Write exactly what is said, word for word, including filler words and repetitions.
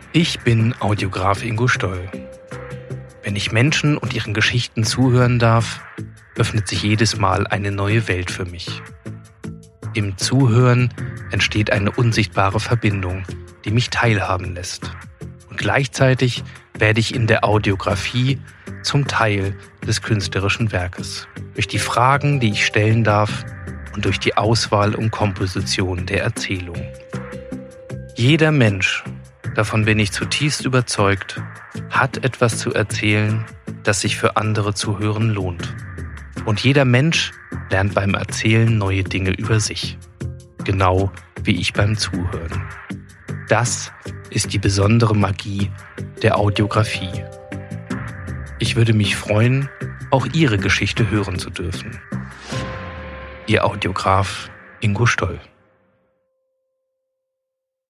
Ich bin Audiograf Ingo Stoll. Wenn ich Menschen und ihren Geschichten zuhören darf, öffnet sich jedes Mal eine neue Welt für mich. Im Zuhören entsteht eine unsichtbare Verbindung, die mich teilhaben lässt. Und gleichzeitig werde ich in der Audiografie zum Teil des künstlerischen Werkes. Durch die Fragen, die ich stellen darf und durch die Auswahl und Komposition der Erzählung. Jeder Mensch, davon bin ich zutiefst überzeugt, hat etwas zu erzählen, das sich für andere zu hören lohnt. Und jeder Mensch lernt beim Erzählen neue Dinge über sich. Genau wie ich beim Zuhören. Das ist die besondere Magie der Audiografie. Ich würde mich freuen, auch Ihre Geschichte hören zu dürfen. Ihr Audiograf Ingo Stoll.